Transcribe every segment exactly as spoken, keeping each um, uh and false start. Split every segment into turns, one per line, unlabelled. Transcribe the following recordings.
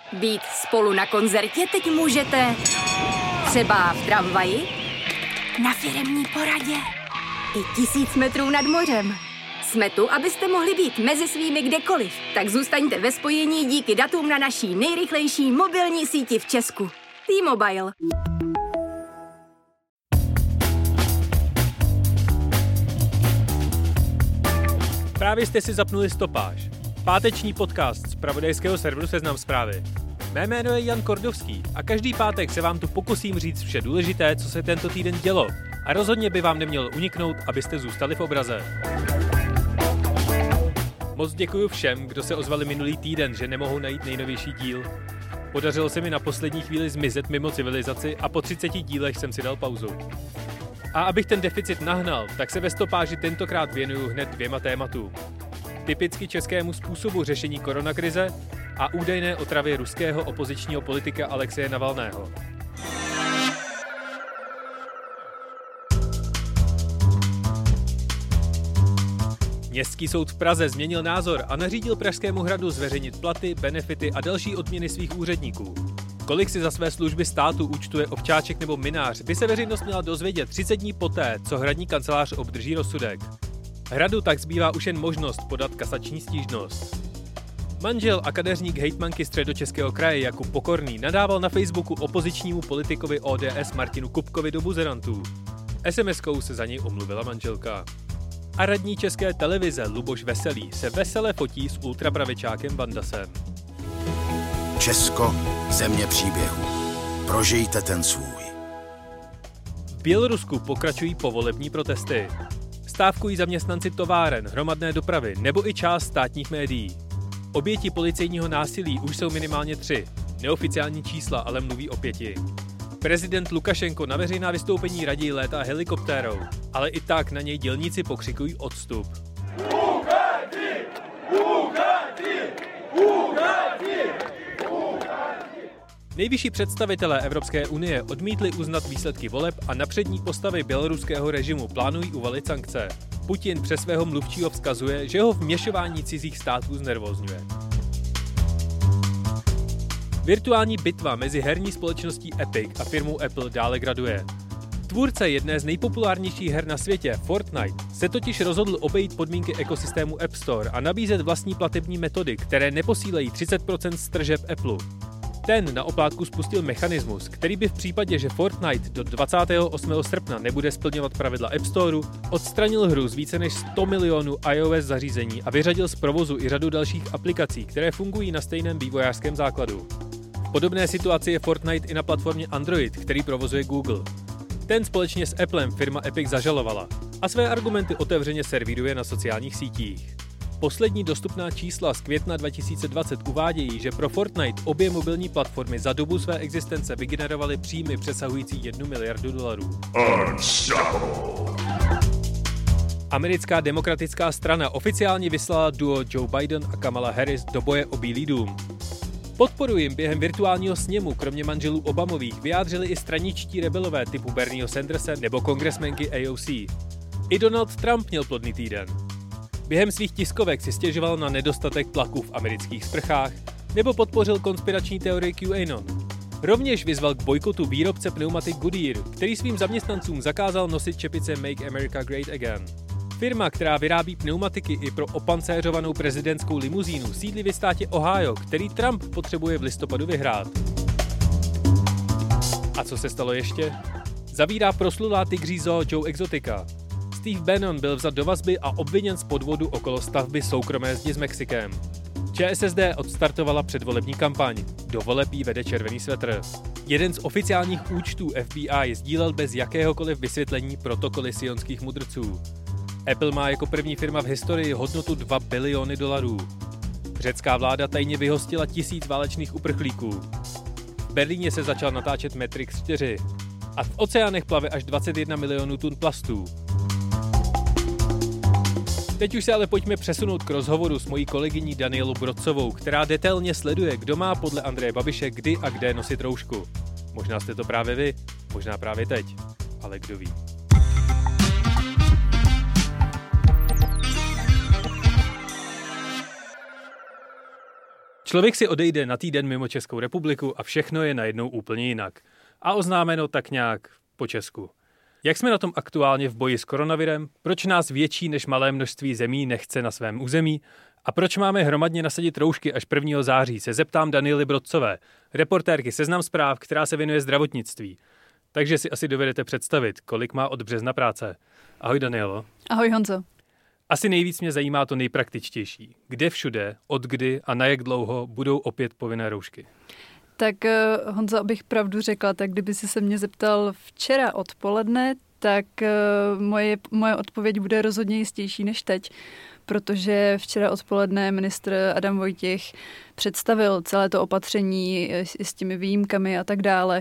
Být spolu na koncertě teď můžete třeba v tramvaji, na firemní poradě i tisíc metrů nad mořem. Jsme tu, abyste mohli být mezi svými kdekoliv. Tak zůstaňte ve spojení díky datům na naší nejrychlejší mobilní síti v Česku. T-Mobile.
Právě jste si zapnuli Stopáž, páteční podcast z zpravodajského serveru Seznam Zprávy. Mé jméno je Jan Kordovský a každý pátek se vám tu pokusím říct vše důležité, co se tento týden dělo. A rozhodně by vám nemělo uniknout, abyste zůstali v obraze. Moc děkuji všem, kdo se ozvali minulý týden, že nemohou najít nejnovější díl. Podařilo se mi na poslední chvíli zmizet mimo civilizaci a po třiceti dílech jsem si dal pauzu. A abych ten deficit nahnal, tak se ve Stopáži tentokrát věnuju hned dvěma tématům. Typicky českému způsobu řešení koronakrize a údajné otravě ruského opozičního politika Alexeje Navalného. Městský soud v Praze změnil názor a nařídil Pražskému hradu zveřejnit platy, benefity a další odměny svých úředníků. Kolik si za své služby státu účtuje občáček nebo minář, by se veřejnost měla dozvědět třicet dní poté, co hradní kancelář obdrží rozsudek. Hradu tak zbývá už jen možnost podat kasační stížnost. Manžel a kadeřník hejtmanky Středočeského kraje Jakub Pokorný nadával na Facebooku opozičnímu politikovi O D S Martinu Kupkovi do buzerantů. es em eskou se za něj omluvila manželka. A radní České televize Luboš Veselý se vesele fotí s ultrapravičákem Bandasem.
Česko, země příběhu. Prožijte ten svůj.
V Bělorusku pokračují povolební protesty. Stávkují zaměstnanci továren, hromadné dopravy nebo i část státních médií. Oběti policejního násilí už jsou minimálně tři. Neoficiální čísla ale mluví o pěti. Prezident Lukašenko na veřejná vystoupení raději létá helikoptérou, ale i tak na něj dělníci pokřikují odstup.
Ukáti! Ukáti! Ukáti!
Nejvyšší představitelé Evropské unie odmítli uznat výsledky voleb a na přední postavy běloruského režimu plánují uvalit sankce. Putin přes svého mluvčího vzkazuje, že ho vměšování cizích států znervózňuje. Virtuální bitva mezi herní společností Epic a firmou Apple dále graduje. Tvůrce jedné z nejpopulárnějších her na světě, Fortnite, se totiž rozhodl obejít podmínky ekosystému App Store a nabízet vlastní platební metody, které neposílají třicet procent z tržeb Apple. Ten na oplátku spustil mechanismus, který by v případě, že Fortnite do dvacátého osmého srpna nebude splňovat pravidla App Storeu, odstranil hru z více než sto milionů iOS zařízení a vyřadil z provozu i řadu dalších aplikací, které fungují na stejném vývojářském základu. V podobné situaci je Fortnite i na platformě Android, který provozuje Google. Ten společně s Applem firma Epic zažalovala a své argumenty otevřeně servíruje na sociálních sítích. Poslední dostupná čísla z května dva tisíce dvacet uvádějí, že pro Fortnite obě mobilní platformy za dobu své existence vygenerovaly příjmy přesahující jednu miliardu dolarů. Americká demokratická strana oficiálně vyslala duo Joe Biden a Kamala Harris do boje o Bílý dům. Podporu jim během virtuálního sněmu kromě manželů Obamových vyjádřili i straničtí rebelové typu Bernieho Sandersa nebo kongresmenky A O C. I Donald Trump měl plodný týden. Během svých tiskovek si stěžoval na nedostatek tlaku v amerických sprchách nebo podpořil konspirační teorii QAnon. Rovněž vyzval k bojkotu výrobce pneumatik Goodyear, který svým zaměstnancům zakázal nosit čepice Make America Great Again. Firma, která vyrábí pneumatiky i pro opancéřovanou prezidentskou limuzínu, sídlí ve státě Ohio, který Trump potřebuje v listopadu vyhrát. A co se stalo ještě? Zavírá proslulá tygří zoo Joe Exotica. Steve Bannon byl vzat do vazby a obviněn z podvodu okolo stavby soukromé zdi s Mexikem. Č S S D odstartovala předvolební kampaň. Do voleb jí vede červený svetr. Jeden z oficiálních účtů F B I sdílel bez jakéhokoliv vysvětlení protokoly sionských mudrců. Apple má jako první firma v historii hodnotu dva biliony dolarů. Řecká vláda tajně vyhostila tisíc válečných uprchlíků. V Berlíně se začal natáčet Matrix čtyři. A v oceánech plave až dvacet jedna milionů tun plastů. Teď už se ale pojďme přesunout k rozhovoru s mojí kolegyní Danielou Brodcovou, která detailně sleduje, kdo má podle Andreje Babiše kdy a kde nosit roušku. Možná jste to právě vy, možná právě teď, ale kdo ví. Člověk si odejde na týden mimo Českou republiku a všechno je najednou úplně jinak. A oznámeno tak nějak po Česku. Jak jsme na tom aktuálně v boji s koronavirem? Proč nás větší než malé množství zemí nechce na svém území? A proč máme hromadně nasadit roušky až prvního září, se zeptám Daniely Brodcové, reportérky Seznam Zpráv, která se věnuje zdravotnictví. Takže si asi dovedete představit, kolik má od března práce. Ahoj Danielo.
Ahoj Honzo.
Asi nejvíc mě zajímá to nejpraktičtější. Kde všude, od kdy a na jak dlouho budou opět povinné roušky?
Tak Honzo, abych pravdu řekla, tak kdyby si se mě zeptal včera odpoledne, tak moje, moje odpověď bude rozhodně jistější než teď, protože včera odpoledne ministr Adam Vojtěch představil celé to opatření s těmi výjimkami a tak dále,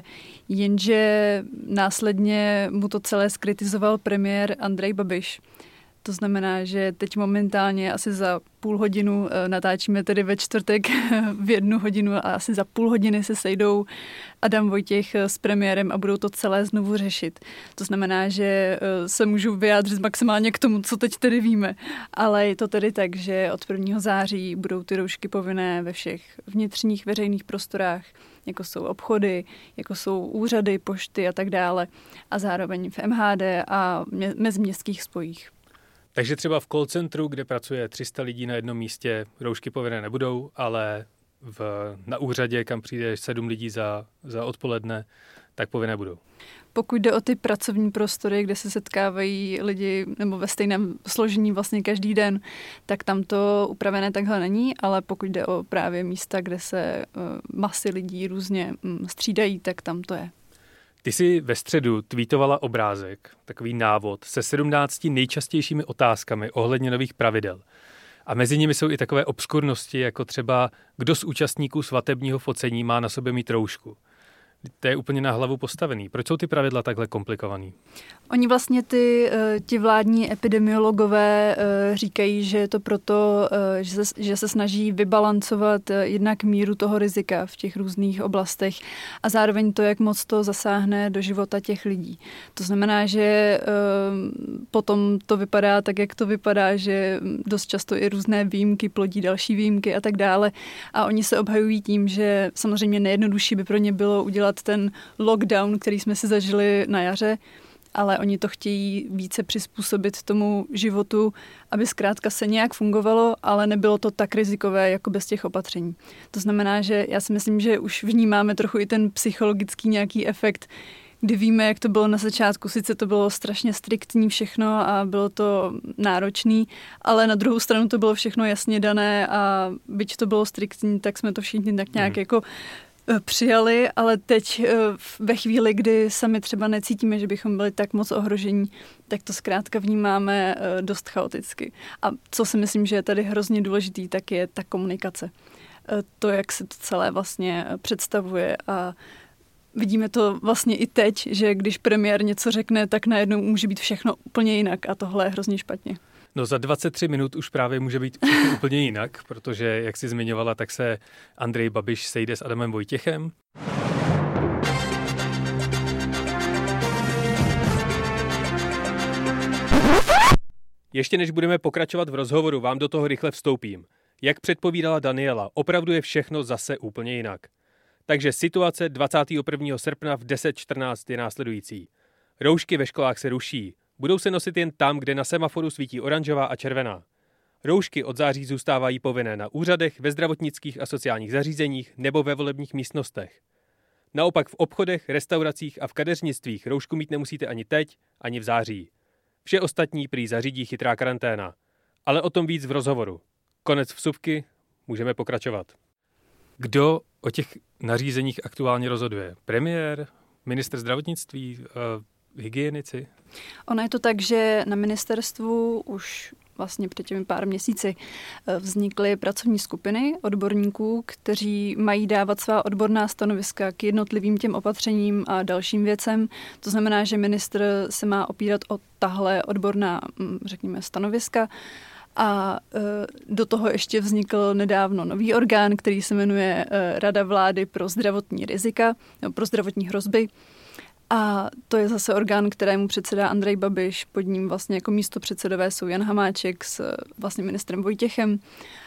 jenže následně mu to celé skritizoval premiér Andrej Babiš. To znamená, že teď momentálně asi za půl hodinu, natáčíme tedy ve čtvrtek v jednu hodinu a asi za půl hodiny se sejdou Adam Vojtěch s premiérem a budou to celé znovu řešit. To znamená, že se můžu vyjádřit maximálně k tomu, co teď tedy víme. Ale je to tedy tak, že od prvního září budou ty roušky povinné ve všech vnitřních veřejných prostorách, jako jsou obchody, jako jsou úřady, pošty a tak dále. A zároveň v M H D a meziměstských spojích.
Takže třeba v call centru, kde pracuje tři sta lidí na jednom místě, roušky povinné nebudou, ale v, na úřadě, kam přijde sedm lidí za, za odpoledne, tak povinné budou.
Pokud jde o ty pracovní prostory, kde se setkávají lidi nebo ve stejném složení vlastně každý den, tak tam to upravené takhle není, ale pokud jde o právě místa, kde se uh, masy lidí různě um, střídají, tak tam to je.
Ty jsi ve středu tweetovala obrázek, takový návod, se sedmnácti nejčastějšími otázkami ohledně nových pravidel. A mezi nimi jsou i takové obskurnosti, jako třeba, kdo z účastníků svatebního focení má na sobě mít roušku. To je úplně na hlavu postavený. Proč jsou ty pravidla takhle komplikovaný?
Oni vlastně ty, ti vládní epidemiologové říkají, že je to proto, že se, že se snaží vybalancovat jednak míru toho rizika v těch různých oblastech a zároveň to, jak moc to zasáhne do života těch lidí. To znamená, že potom to vypadá tak, jak to vypadá, že dost často i různé výjimky plodí další výjimky a tak dále. A oni se obhajují tím, že samozřejmě nejjednodušší by pro ně bylo udělat ten lockdown, který jsme si zažili na jaře, ale oni to chtějí více přizpůsobit tomu životu, aby zkrátka se nějak fungovalo, ale nebylo to tak rizikové jako bez těch opatření. To znamená, že já si myslím, že už vnímáme trochu i ten psychologický nějaký efekt, kdy víme, jak to bylo na začátku. Sice to bylo strašně striktní všechno a bylo to náročný, ale na druhou stranu to bylo všechno jasně dané a byť to bylo striktní, tak jsme to všichni tak nějak hmm. jako přijali, ale teď ve chvíli, kdy sami třeba necítíme, že bychom byli tak moc ohrožení, tak to zkrátka vnímáme dost chaoticky. A co si myslím, že je tady hrozně důležitý, tak je ta komunikace. To, jak se to celé vlastně představuje a vidíme to vlastně i teď, že když premiér něco řekne, tak najednou může být všechno úplně jinak a tohle je hrozně špatně.
No za dvacet tři minut už právě může být úplně jinak, protože, jak jsi zmiňovala, tak se Andrej Babiš sejde s Adamem Vojtěchem. Ještě než budeme pokračovat v rozhovoru, vám do toho rychle vstoupím. Jak předpovídala Daniela, opravdu je všechno zase úplně jinak. Takže situace dvacátého prvního srpna v deset čtrnáct je následující. Roušky ve školách se ruší. Budou se nosit jen tam, kde na semaforu svítí oranžová a červená. Roušky od září zůstávají povinné na úřadech, ve zdravotnických a sociálních zařízeních nebo ve volebních místnostech. Naopak v obchodech, restauracích a v kadeřnictvích roušku mít nemusíte ani teď, ani v září. Vše ostatní prý zařídí chytrá karanténa. Ale o tom víc v rozhovoru. Konec vsuvky, můžeme pokračovat. Kdo o těch nařízeních aktuálně rozhoduje? Premiér, ministr zdravotnictví, uh, hygienici?
Ono je to tak, že na ministerstvu už vlastně před těmi pár měsíci vznikly pracovní skupiny odborníků, kteří mají dávat svá odborná stanoviska k jednotlivým těm opatřením a dalším věcem. To znamená, že ministr se má opírat o tahle odborná, řekněme, stanoviska. A do toho ještě vznikl nedávno nový orgán, který se jmenuje Rada vlády pro zdravotní rizika, nebo pro zdravotní hrozby. A to je zase orgán, kterému předsedá Andrej Babiš, pod ním vlastně jako místopředsedové jsou Jan Hamáček s vlastně ministrem Vojtěchem.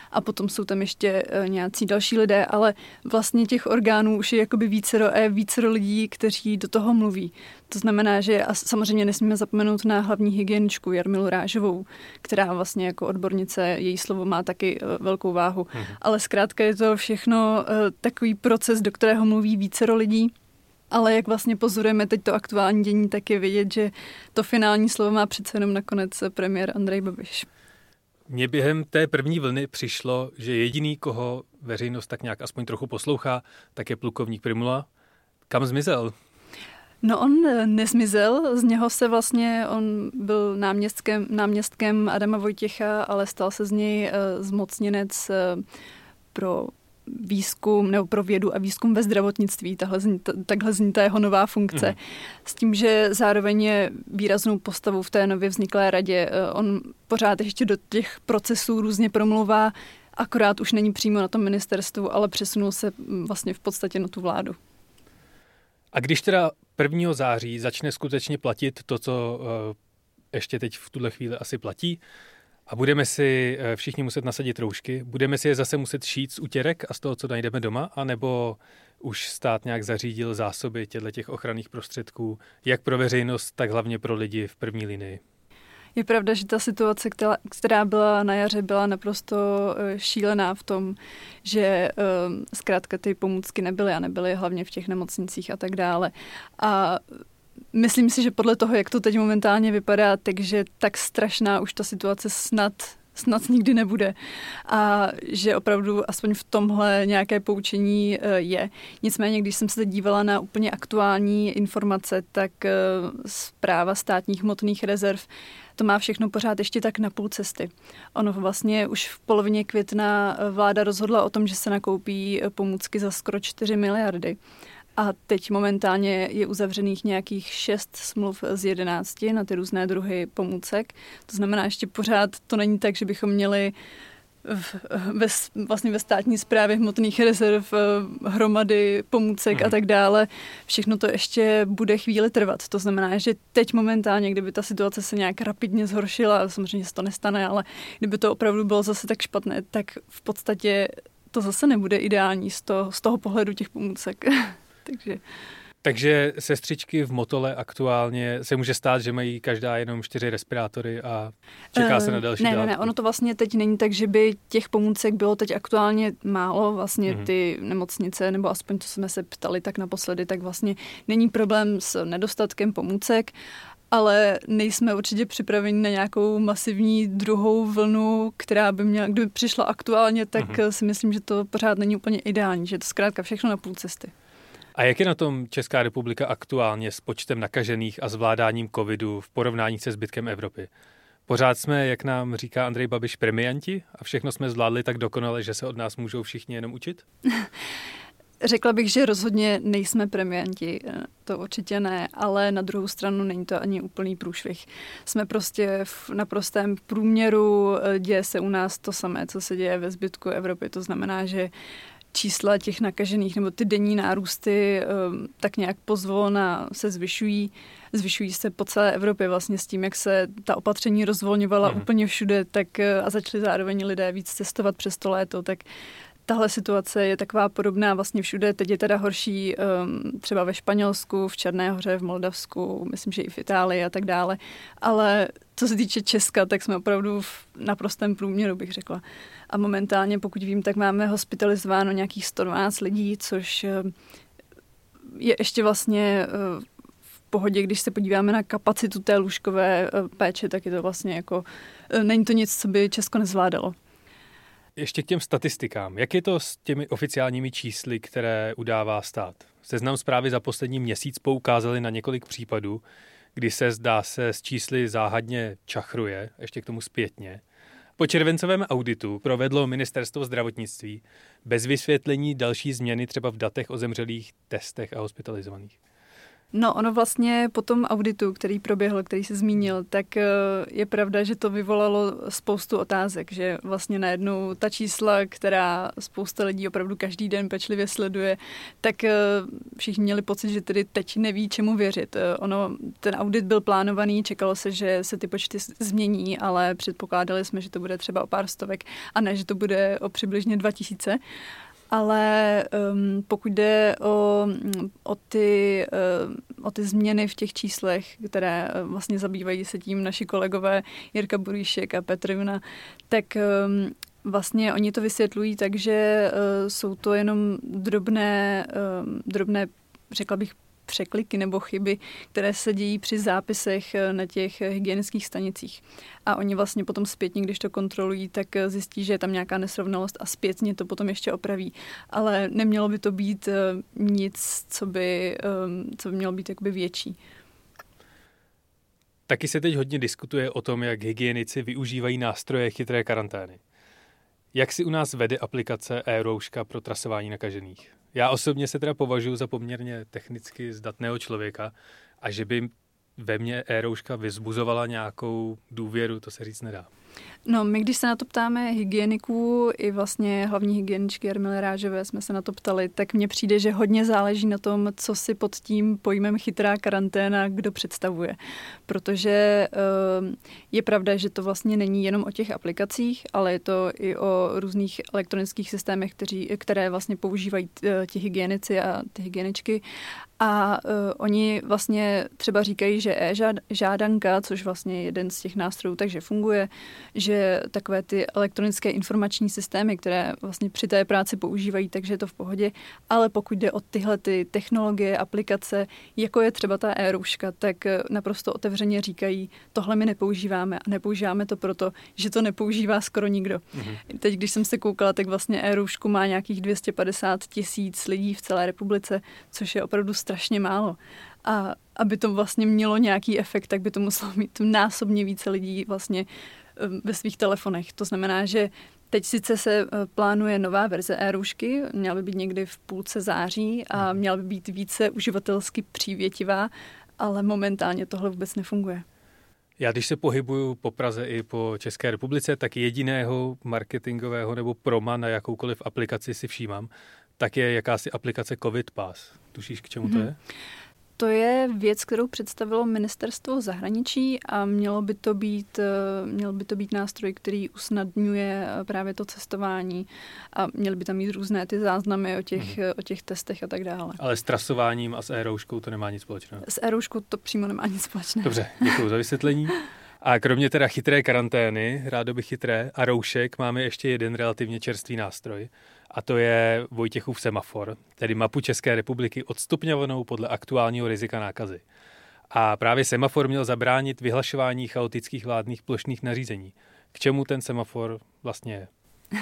a potom jsou tam ještě nějací další lidé, ale vlastně těch orgánů už je jakoby vícero a vícero lidí, kteří do toho mluví. To znamená, že a samozřejmě nesmíme zapomenout na hlavní hygieničku Jarmilu Rážovou, která vlastně jako odbornice, její slovo má taky velkou váhu. Mhm. Ale zkrátka je to všechno takový proces, do kterého mluví vícero lidí. Ale jak vlastně pozorujeme teď to aktuální dění, tak je vidět, že to finální slovo má přece jenom nakonec premiér Andrej Babiš.
Mně během té první vlny přišlo, že jediný, koho veřejnost tak nějak aspoň trochu poslouchá, tak je plukovník Prymula. Kam zmizel?
No on nezmizel, z něho se vlastně, on byl náměstkem, náměstkem Adama Vojtěcha, ale stal se z něj zmocněnec pro výzkum nebo pro vědu a výzkum ve zdravotnictví. Tahle zní, takhle zní ta jeho nová funkce. Mm. S tím, že zároveň je výraznou postavou v té nově vzniklé radě. On pořád ještě do těch procesů různě promluvá, akorát už není přímo na tom ministerstvu, ale přesunul se vlastně v podstatě na tu vládu.
A když teda prvního září začne skutečně platit to, co ještě teď v tuhle chvíli asi platí, a budeme si všichni muset nasadit roušky, budeme si je zase muset šít z utěrek a z toho, co najdeme doma, anebo už stát nějak zařídil zásoby těchto ochranných prostředků, jak pro veřejnost, tak hlavně pro lidi v první linii?
Je pravda, že ta situace, která, která byla na jaře, byla naprosto šílená v tom, že um, zkrátka ty pomůcky nebyly a nebyly hlavně v těch nemocnicích a tak dále. A myslím si, že podle toho, jak to teď momentálně vypadá, takže tak strašná už ta situace snad, snad nikdy nebude. A že opravdu aspoň v tomhle nějaké poučení je. Nicméně, když jsem se teď dívala na úplně aktuální informace, tak správa státních hmotných rezerv to má všechno pořád ještě tak na půl cesty. Ono vlastně už v polovině května vláda rozhodla o tom, že se nakoupí pomůcky za skoro čtyři miliardy. A teď momentálně je uzavřených nějakých šest smluv z jedenácti na ty různé druhy pomůcek. To znamená, ještě pořád to není tak, že bychom měli v, ve, vlastně ve státní správě hmotných rezerv hromady pomůcek mm. a tak dále. Všechno to ještě bude chvíli trvat. To znamená, že teď momentálně, kdyby ta situace se nějak rapidně zhoršila, samozřejmě se to nestane, ale kdyby to opravdu bylo zase tak špatné, tak v podstatě to zase nebude ideální z toho, z toho pohledu těch pomůcek. Takže.
Takže sestřičky v Motole aktuálně se může stát, že mají každá jenom čtyři respirátory a čeká uh, se na další
ne,
dávku.
Ne, ne, ono to vlastně teď není tak, že by těch pomůcek bylo teď aktuálně málo. Vlastně mm-hmm. ty nemocnice, nebo aspoň to jsme se ptali tak naposledy, tak vlastně není problém s nedostatkem pomůcek, ale nejsme určitě připraveni na nějakou masivní druhou vlnu, která by měla, kdyby přišla aktuálně, tak mm-hmm. si myslím, že to pořád není úplně ideální, že je to zkrátka všechno na půl cesty.
A jak je na tom Česká republika aktuálně s počtem nakažených a zvládáním covidu v porovnání se zbytkem Evropy? Pořád jsme, jak nám říká Andrej Babiš, premianti a všechno jsme zvládli tak dokonale, že se od nás můžou všichni jenom učit?
Řekla bych, že rozhodně nejsme premianti, to určitě ne, ale na druhou stranu není to ani úplný průšvih. Jsme prostě v naprostém průměru, děje se u nás to samé, co se děje ve zbytku Evropy, to znamená, že čísla těch nakažených nebo ty denní nárůsty tak nějak pozvolna se zvyšují. Zvyšují se po celé Evropě vlastně s tím, jak se ta opatření rozvolňovala mm. úplně všude tak a začali zároveň lidé víc cestovat přes to léto, tak tahle situace je taková podobná vlastně všude. Teď je teda horší um, třeba ve Španělsku, v Černé Hoře, v Moldavsku, myslím, že i v Itálii a tak dále. Ale co se týče Česka, tak jsme opravdu v naprostém průměru, bych řekla. A momentálně, pokud vím, tak máme hospitalizováno nějakých sto dvanáct lidí, což je ještě vlastně v pohodě, když se podíváme na kapacitu té lůžkové péče, tak je to vlastně jako, není to nic, co by Česko nezvládalo.
Ještě k těm statistikám. Jak je to s těmi oficiálními čísly, které udává stát? Seznam zprávy za poslední měsíc poukázaly na několik případů, kdy se, zdá se, s čísly záhadně čachruje, ještě k tomu zpětně. Po červencovém auditu provedlo Ministerstvo zdravotnictví bez vysvětlení další změny třeba v datech o zemřelých, testech a hospitalizovaných.
No, ono vlastně po tom auditu, který proběhl, který se zmínil, tak je pravda, že to vyvolalo spoustu otázek, že vlastně najednou ta čísla, která spousta lidí opravdu každý den pečlivě sleduje, tak všichni měli pocit, že tedy teď neví, čemu věřit. Ono, ten audit byl plánovaný, čekalo se, že se ty počty změní, ale předpokládali jsme, že to bude třeba o pár stovek a ne, že to bude o přibližně dva tisíce. Ale um, pokud jde o, o, ty, um, o ty změny v těch číslech, které uh, vlastně zabývají se tím naši kolegové Jirka Buríšek a Petr Juna, tak um, vlastně oni to vysvětlují tak, že uh, jsou to jenom drobné, um, drobné, řekla bych, překliky nebo chyby, které se dějí při zápisech na těch hygienických stanicích. A oni vlastně potom zpětně, když to kontrolují, tak zjistí, že je tam nějaká nesrovnalost a zpětně to potom ještě opraví. Ale nemělo by to být nic, co by, co by mělo být jakoby větší.
Taky se teď hodně diskutuje o tom, jak hygienici využívají nástroje chytré karantény. Jak si u nás vede aplikace e-rouška pro trasování nakažených? Já osobně se teda považuji za poměrně technicky zdatného člověka a že by ve mně e-rouška vyzbuzovala nějakou důvěru, to se říct nedá.
No, my když se na to ptáme hygieniků, i vlastně hlavní hygieničky Jarmily Rážové jsme se na to ptali, tak mně přijde, že hodně záleží na tom, co si pod tím pojmem chytrá karanténa kdo představuje. Protože uh, je pravda, že to vlastně není jenom o těch aplikacích, ale je to i o různých elektronických systémech, kteří, které vlastně používají ti hygienici a ty hygieničky. A uh, oni vlastně třeba říkají, že e-žádanka, což vlastně je jeden z těch nástrojů, takže funguje, že takové ty elektronické informační systémy, které vlastně při té práci používají, takže je to v pohodě, ale pokud jde o tyhle ty technologie, aplikace, jako je třeba ta e-rouška, tak naprosto otevřeně říkají, tohle my nepoužíváme a nepoužíváme to proto, že to nepoužívá skoro nikdo. Mm-hmm. Teď, když jsem se koukala, tak vlastně e-roušku má nějakých dvě stě padesát tisíc lidí v celé republice, což je opravdu strašně málo. A aby to vlastně mělo nějaký efekt, tak by to muselo mít násobně více lidí vlastně ve svých telefonech. To znamená, že teď sice se plánuje nová verze e-roušky, měla by být někdy v půlce září a měla by být více uživatelsky přívětivá, ale momentálně tohle vůbec nefunguje.
Já když se pohybuju po Praze i po České republice, tak jediného marketingového nebo proma na jakoukoliv aplikaci si všímám, tak je jakási aplikace COVID Pass. Tušíš, k čemu to je?
To je věc, kterou představilo ministerstvo zahraničí a mělo by to být, měl by to být nástroj, který usnadňuje právě to cestování a měly by tam mít různé ty záznamy o těch, mm. o těch testech a tak dále.
Ale s trasováním a s e-rouškou to nemá nic společného?
S e-rouškou to přímo nemá nic společného.
Dobře, děkuji za vysvětlení. A kromě teda chytré karantény, rádoby chytré, a roušek máme ještě jeden relativně čerstvý nástroj. A to je Vojtěchův semafor, tedy mapu České republiky odstupňovanou podle aktuálního rizika nákazy. A právě semafor měl zabránit vyhlašování chaotických vládních plošných nařízení. K čemu ten semafor vlastně je?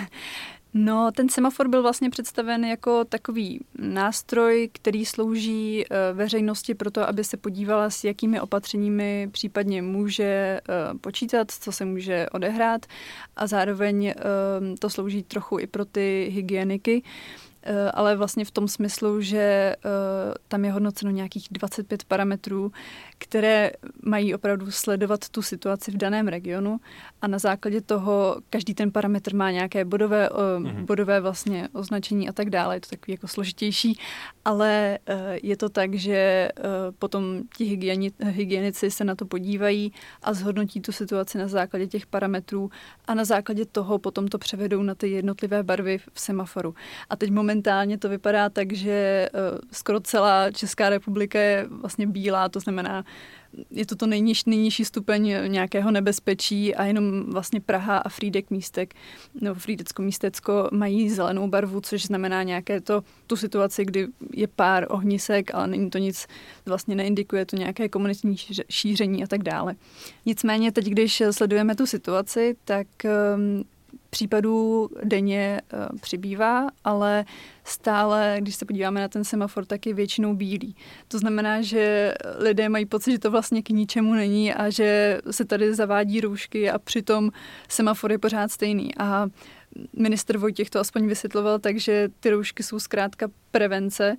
No, ten semafor byl vlastně představen jako takový nástroj, který slouží veřejnosti pro to, aby se podívala, s jakými opatřeními případně může počítat, co se může odehrát a zároveň to slouží trochu i pro ty hygieniky, ale vlastně v tom smyslu, že tam je hodnoceno nějakých dvacet pět parametrů, které mají opravdu sledovat tu situaci v daném regionu a na základě toho každý ten parametr má nějaké bodové, mm-hmm. bodové vlastně označení a tak dále. Je to takový jako složitější, ale je to tak, že potom ti hygieni, hygienici se na to podívají a zhodnotí tu situaci na základě těch parametrů a na základě toho potom to převedou na ty jednotlivé barvy v semaforu. A teď momentálně to vypadá tak, že skoro celá Česká republika je vlastně bílá, to znamená, je to to nejniž, nejnižší stupeň nějakého nebezpečí a jenom vlastně Praha a Frýdek Místek, nebo Frýdecko Místecko mají zelenou barvu, což znamená nějaké to, tu situaci, kdy je pár ohnisek, ale není to nic, vlastně neindikuje to nějaké komunitní šíření a tak dále. Nicméně teď, když sledujeme tu situaci, tak um, případů denně uh, přibývá, ale stále, když se podíváme na ten semafor, tak je většinou bílý. To znamená, že lidé mají pocit, že to vlastně k ničemu není a že se tady zavádí roušky a přitom semafor je pořád stejný. A ministr Vojtěch to aspoň vysvětloval, takže ty roušky jsou zkrátka prevence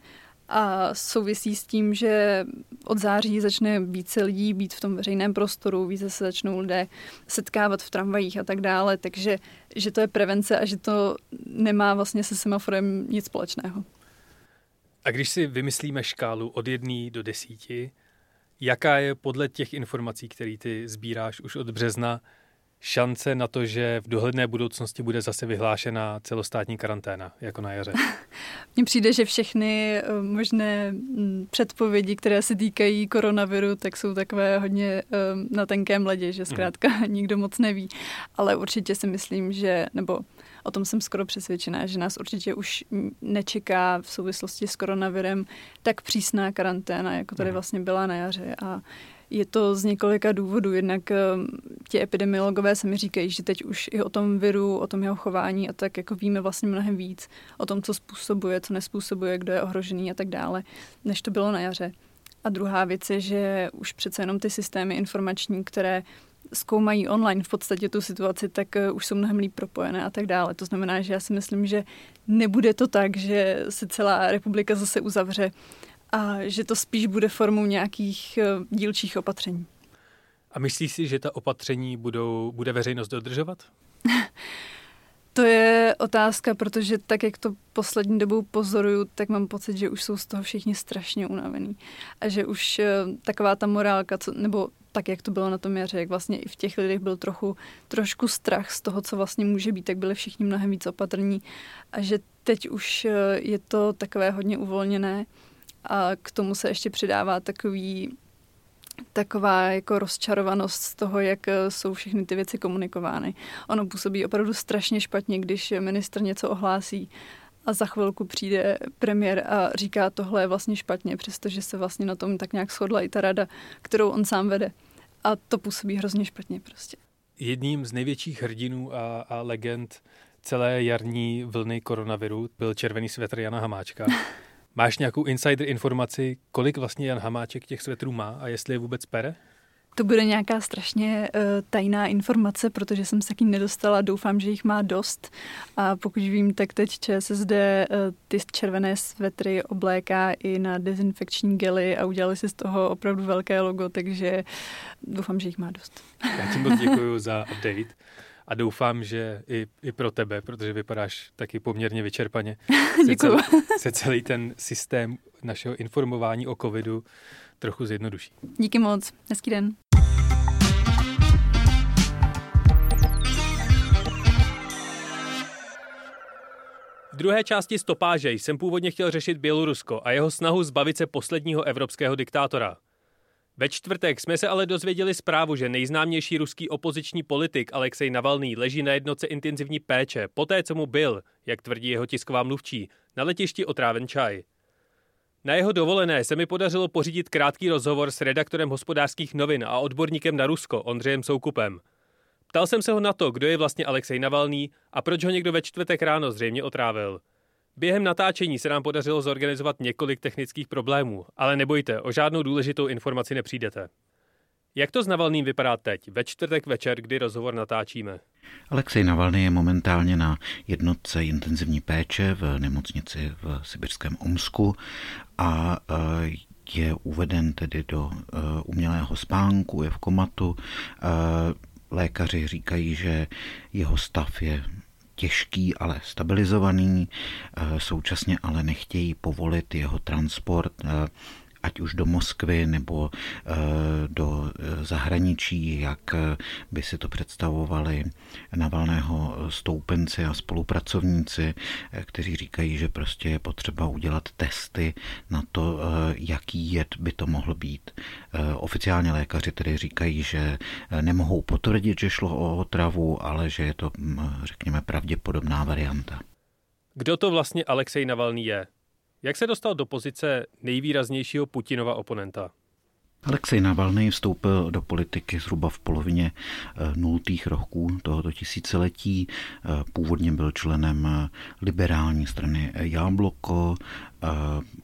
A souvisí s tím, že od září začne více lidí být v tom veřejném prostoru, více se začnou lidé setkávat v tramvajích a tak dále, takže že to je prevence a že to nemá vlastně se semaforem nic společného.
A když si vymyslíme škálu od jedné do desíti, jaká je podle těch informací, které ty sbíráš už od března, šance na to, že v dohledné budoucnosti bude zase vyhlášena celostátní karanténa, jako na jaře?
Mně přijde, že všechny možné předpovědi, které se týkají koronaviru, tak jsou takové hodně na tenkém ledě, že zkrátka mm. nikdo moc neví. Ale určitě si myslím, že, nebo o tom jsem skoro přesvědčená, že nás určitě už nečeká v souvislosti s koronavirem tak přísná karanténa, jako tady vlastně byla na jaře. A je to z několika důvodů. Jednak ti epidemiologové sami říkají, že teď už i o tom viru, o tom jeho chování a tak jako víme vlastně mnohem víc o tom, co způsobuje, co nespůsobuje, kdo je ohrožený a tak dále, než to bylo na jaře. A druhá věc je, že už přece jenom ty systémy informační, které zkoumají online v podstatě tu situaci, tak už jsou mnohem líp propojené a tak dále. To znamená, že já si myslím, že nebude to tak, že se celá republika zase uzavře a že to spíš bude formou nějakých dílčích opatření.
A myslíš si, že ta opatření budou, bude veřejnost dodržovat?
To je otázka, protože tak, jak to poslední dobou pozoruju, tak mám pocit, že už jsou z toho všichni strašně unavení. A že už taková ta morálka, co, nebo tak, jak to bylo na tom jaře, jak vlastně i v těch lidech byl trochu, trošku strach z toho, co vlastně může být, tak byli všichni mnohem víc opatrní. A že teď už je to takové hodně uvolněné. A k tomu se ještě přidává takový, taková jako rozčarovanost z toho, jak jsou všechny ty věci komunikovány. Ono působí opravdu strašně špatně, když ministr něco ohlásí a za chvilku přijde premiér a říká, tohle je vlastně špatně, přestože se vlastně na tom tak nějak shodla i ta rada, kterou on sám vede. A to působí hrozně špatně prostě.
Jedním z největších hrdinů a, a legend celé jarní vlny koronaviru byl červený svetr Jana Hamáčka. Máš nějakou insider informaci, kolik vlastně Jan Hamáček těch svetrů má a jestli je vůbec pere?
To bude nějaká strašně uh, tajná informace, protože jsem se k ní nedostala. Doufám, že jich má dost. A pokud vím, tak teď ČSSD uh, ty červené svetry obléká i na dezinfekční gely a udělali si z toho opravdu velké logo, takže doufám, že jich má dost.
Já ti moc děkuju za update. A doufám, že i, i pro tebe, protože vypadáš taky poměrně vyčerpaně, se, cel, se celý ten systém našeho informování o covidu trochu zjednoduší.
Díky moc. Hezký den.
V druhé části stopáže jsem původně chtěl řešit Bělorusko a jeho snahu zbavit se posledního evropského diktátora. Ve čtvrtek jsme se ale dozvěděli zprávu, že nejznámější ruský opoziční politik Alexej Navalný leží na jednotce intenzivní péče, poté co mu byl, jak tvrdí jeho tisková mluvčí, na letišti otráven čaj. Na jeho dovolené se mi podařilo pořídit krátký rozhovor s redaktorem Hospodářských novin a odborníkem na Rusko Ondřejem Soukupem. Ptal jsem se ho na to, kdo je vlastně Alexej Navalný a proč ho někdo ve čtvrtek ráno zřejmě otrávil. Během natáčení se nám podařilo zorganizovat několik technických problémů, ale nebojte, o žádnou důležitou informaci nepřijdete. Jak to s Navalným vypadá teď, ve čtvrtek večer, kdy rozhovor natáčíme?
Alexej Navalný je momentálně na jednotce intenzivní péče v nemocnici v sibirském Omsku a je uveden tedy do umělého spánku, je v komatu. Lékaři říkají, že jeho stav je těžký, ale stabilizovaný, současně ale nechtějí povolit jeho transport ať už do Moskvy nebo do zahraničí, jak by si to představovali Navalného stoupenci a spolupracovníci, kteří říkají, že prostě je potřeba udělat testy na to, jaký jed by to mohl být. Oficiálně lékaři tedy říkají, že nemohou potvrdit, že šlo o otravu, ale že je to, řekněme, pravděpodobná varianta.
Kdo to vlastně Alexej Navalný je? Jak se dostal do pozice nejvýraznějšího Putinova oponenta?
Alexej Navalný vstoupil do politiky zhruba v polovině nultých roků tohoto tisíciletí. Původně byl členem liberální strany Jabloko,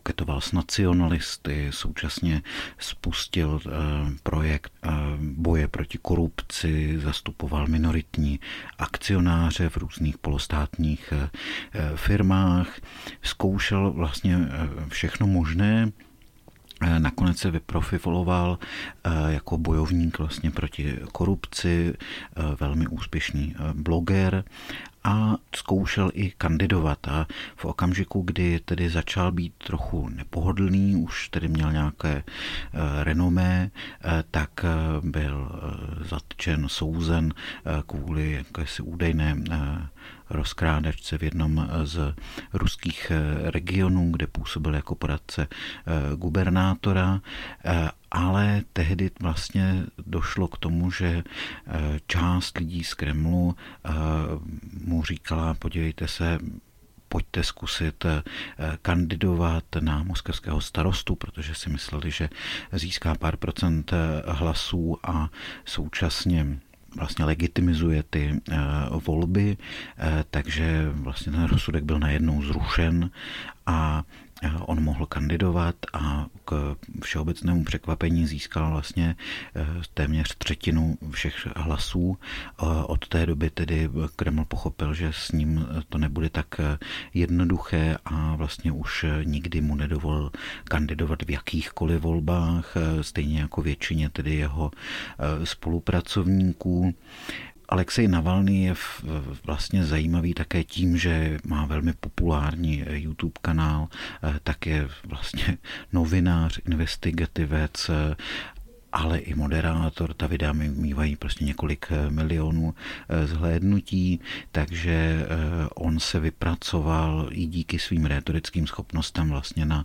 koketoval s nacionalisty, současně spustil projekt boje proti korupci, zastupoval minoritní akcionáře v různých polostátních firmách, zkoušel vlastně všechno možné. Nakonec se vyprofiloval jako bojovník vlastně proti korupci, velmi úspěšný bloger a zkoušel i kandidovat. A v okamžiku, kdy tedy začal být trochu nepohodlný, už tedy měl nějaké renomé, tak byl zatčen, souzen kvůli jakési údajné rozkrádačce v jednom z ruských regionů, kde působil jako poradce gubernátora, ale tehdy vlastně došlo k tomu, že část lidí z Kremlu mu říkala, podívejte se, pojďte zkusit kandidovat na moskevského starostu, protože si mysleli, že získá pár procent hlasů a současně vlastně legitimizuje ty volby, takže vlastně ten rozsudek byl najednou zrušen a on mohl kandidovat a k všeobecnému překvapení získal vlastně téměř třetinu všech hlasů. Od té doby tedy Kreml pochopil, že s ním to nebude tak jednoduché a vlastně už nikdy mu nedovolil kandidovat v jakýchkoliv volbách, stejně jako většině tedy jeho spolupracovníků. Alexej Navalný je vlastně zajímavý také tím, že má velmi populární YouTube kanál, tak je vlastně novinář, investigativec, ale i moderátor. Ta videa mývají prostě několik milionů zhlédnutí, takže on se vypracoval i díky svým rétorickým schopnostem vlastně na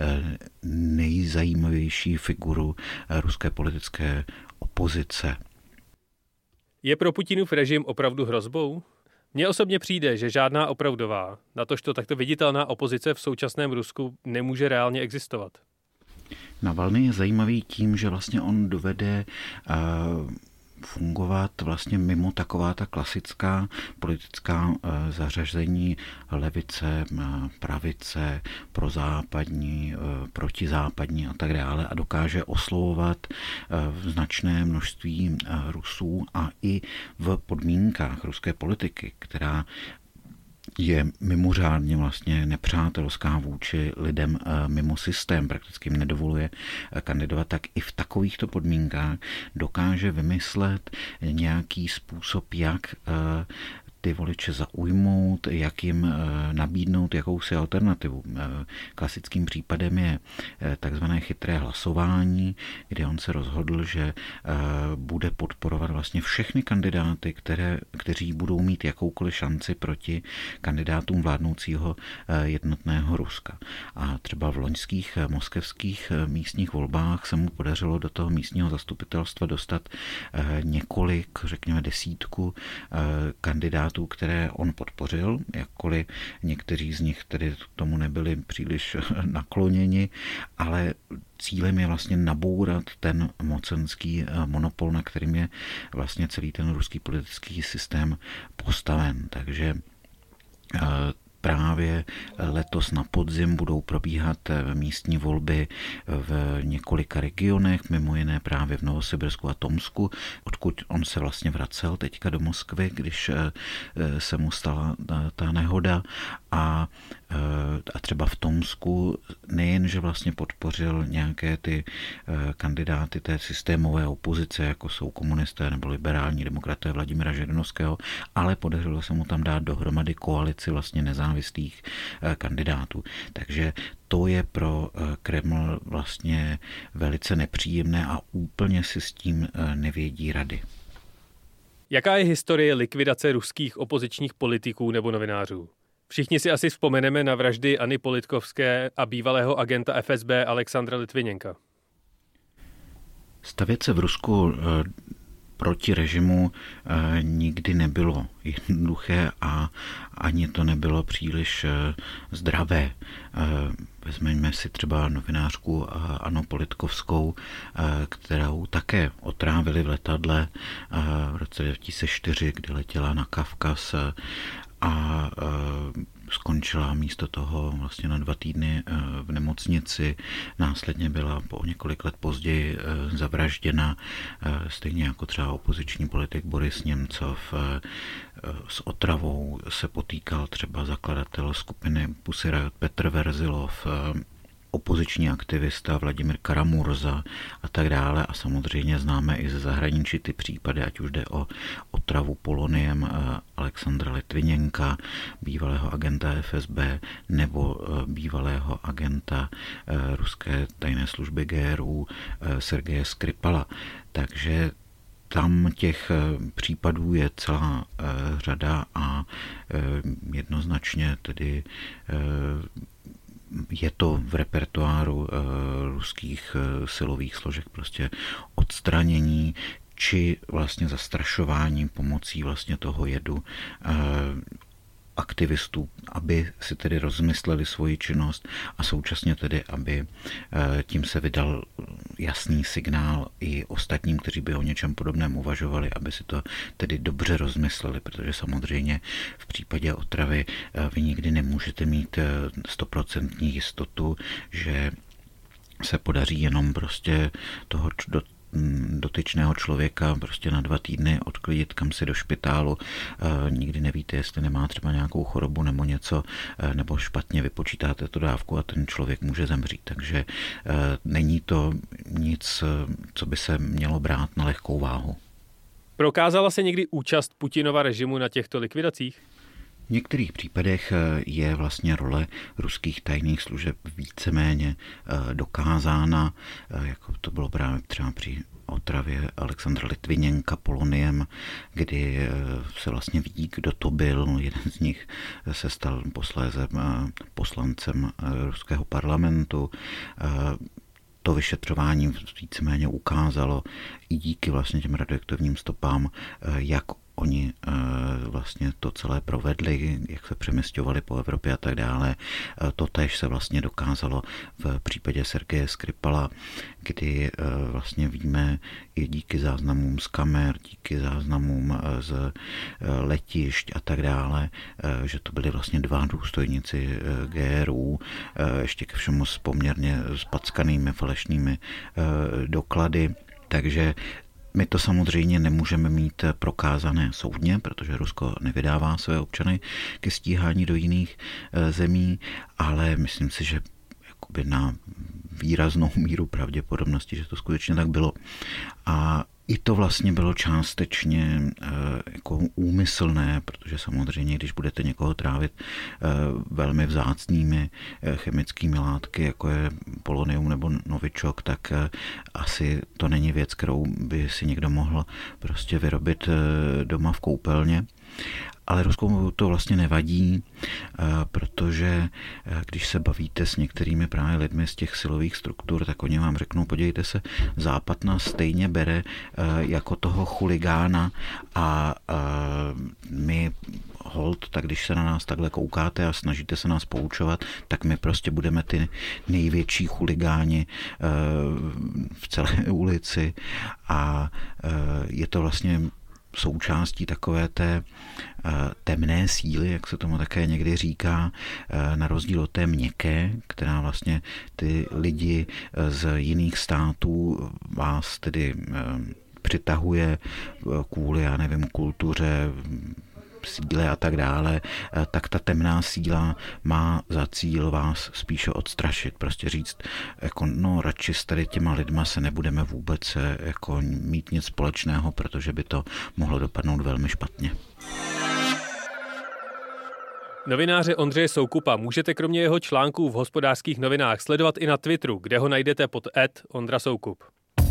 nejzajímavější figuru ruské politické opozice.
Je pro Putinův režim opravdu hrozbou? Mně osobně přijde, že žádná opravdová, natožto takto viditelná opozice v současném Rusku nemůže reálně existovat.
Navalný je zajímavý tím, že vlastně on dovede uh, fungovat vlastně mimo taková ta klasická politická zařazení levice, pravice, prozápadní, protizápadní a tak dále a dokáže oslovovat značné množství Rusů a i v podmínkách ruské politiky, která je mimořádně vlastně nepřátelská vůči lidem mimo systém, prakticky jim nedovoluje kandidovat, tak i v takovýchto podmínkách dokáže vymyslet nějaký způsob, jak ty voliče zaujmout, jak jim nabídnout jakousi alternativu. Klasickým případem je takzvané chytré hlasování, kde on se rozhodl, že bude podporovat vlastně všechny kandidáty, které, kteří budou mít jakoukoliv šanci proti kandidátům vládnoucího jednotného Ruska. A třeba v loňských moskevských místních volbách se mu podařilo do toho místního zastupitelstva dostat několik, řekněme desítku kandidátů, které on podpořil, jakkoliv někteří z nich tedy k tomu nebyli příliš nakloněni, ale cílem je vlastně nabourat ten mocenský monopol, na kterým je vlastně celý ten ruský politický systém postaven. Takže právě letos na podzim budou probíhat místní volby v několika regionech, mimo jiné právě v Novosibirsku a Tomsku, odkud on se vlastně vracel teďka do Moskvy, když se mu stala ta nehoda. A, a třeba v Tomsku nejen, že vlastně podpořil nějaké ty kandidáty té systémové opozice, jako jsou komunisté nebo liberální demokraté Vladimira Žirinovského, ale podařilo se mu tam dát dohromady koalici vlastně nezávislých kandidátů. Takže to je pro Kreml vlastně velice nepříjemné a úplně si s tím nevědí rady.
Jaká je historie likvidace ruských opozičních politiků nebo novinářů? Všichni si asi vzpomeneme na vraždy Anny Politkovské a bývalého agenta F S B Alexandra Litviněnka.
Stavět se v Rusku proti režimu nikdy nebylo jednoduché a ani to nebylo příliš zdravé. Vezměme si třeba novinářku Annu Politkovskou, kterou také otrávili v letadle v roce dva tisíce čtyři, kdy letěla na Kavkaz a skončila místo toho vlastně na dva týdny v nemocnici. Následně byla po několik let později zavražděna, stejně jako třeba opoziční politik Boris Němcov. S otravou se potýkal třeba zakladatel skupiny Pussy Riot Petr Verzilov, opoziční aktivista Vladimír Karamurza a tak dále. A samozřejmě známe i ze zahraničí ty případy, ať už jde o otravu poloniem Alexandra Litviněnka, bývalého agenta F S B, nebo bývalého agenta ruské tajné služby G R U Sergeje Skripala. Takže tam těch případů je celá řada a jednoznačně tedy je to v repertoáru uh, ruských uh, silových složek prostě odstranění či vlastně zastrašování pomocí vlastně toho jedu uh, aktivistů, aby si tedy rozmysleli svoji činnost a současně tedy, aby tím se vydal jasný signál i ostatním, kteří by o něčem podobném uvažovali, aby si to tedy dobře rozmysleli, protože samozřejmě v případě otravy vy nikdy nemůžete mít stoprocentní jistotu, že se podaří jenom prostě toho do dotyčného člověka prostě na dva týdny odklidit kam si do špitálu. E, nikdy nevíte, jestli nemá třeba nějakou chorobu nebo něco, e, nebo špatně vypočítáte tu dávku a ten člověk může zemřít. Takže e, není to nic, co by se mělo brát na lehkou váhu.
Prokázala se někdy účast Putinova režimu na těchto likvidacích?
V některých případech je vlastně role ruských tajných služeb víceméně dokázána, jako to bylo právě třeba při otravě Alexandra Litviněnka poloniem, kdy se vlastně ví, kdo to byl. Jeden z nich se stal posléze poslancem ruského parlamentu. To vyšetřování víceméně ukázalo i díky vlastně těm radioaktivním stopám, jak oni vlastně to celé provedli, jak se přeměsťovali po Evropě a tak dále. Totéž se vlastně dokázalo v případě Sergeje Skripala, kdy vlastně víme i díky záznamům z kamer, díky záznamům z letišť a tak dále, že to byli vlastně dva důstojníci G R U, ještě ke všemu s poměrně spackanými falešnými doklady. Takže my to samozřejmě nemůžeme mít prokázané soudně, protože Rusko nevydává své občany ke stíhání do jiných zemí, ale myslím si, že jakoby na výraznou míru pravděpodobnosti, že to skutečně tak bylo. A i to vlastně bylo částečně jako úmyslné, protože samozřejmě, když budete někoho trávit velmi vzácnými chemickými látky, jako je polonium nebo novičok, tak asi to není věc, kterou by si někdo mohl prostě vyrobit doma v koupelně. Ale Rusku to vlastně nevadí, protože když se bavíte s některými právě lidmi z těch silových struktur, tak oni vám řeknou, podívejte se, Západ nás stejně bere jako toho chuligána a my hold, tak když se na nás takhle koukáte a snažíte se nás poučovat, tak my prostě budeme ty největší chuligáni v celé ulici a je to vlastně součástí takové té temné síly, jak se tomu také někdy říká, na rozdíl od té měkké, která vlastně ty lidi z jiných států vás tedy přitahuje kvůli, já nevím, kultuře, síle a tak dále, tak ta temná síla má za cíl vás spíše odstrašit. Prostě říct, jako no radši s tady těma lidma se nebudeme vůbec jako mít nic společného, protože by to mohlo dopadnout velmi špatně.
Novináře Ondřeje Soukupa můžete kromě jeho článků v Hospodářských novinách sledovat i na Twitteru, kde ho najdete pod et Ondra Soukup.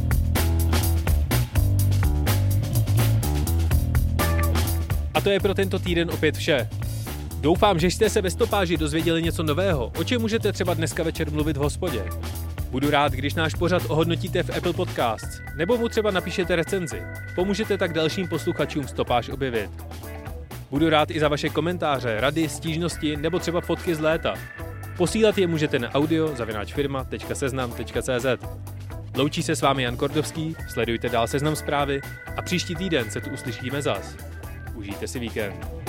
A to je pro tento týden opět vše. Doufám, že jste se ve stopáži dozvěděli něco nového, o čem můžete třeba dneska večer mluvit v hospodě. Budu rád, když náš pořad ohodnotíte v Apple Podcasts, nebo mu třeba napíšete recenzi. Pomůžete tak dalším posluchačům Stopáž objevit. Budu rád i za vaše komentáře, rady, stížnosti nebo třeba fotky z léta. Posílat je můžete na audio zavináč firma tečka seznam tečka cé zet. Loučí se s vámi Jan Kordovský, sledujte dál Seznam Zprávy a příští týden se tu uslyšíme zas. Užijte si víkend.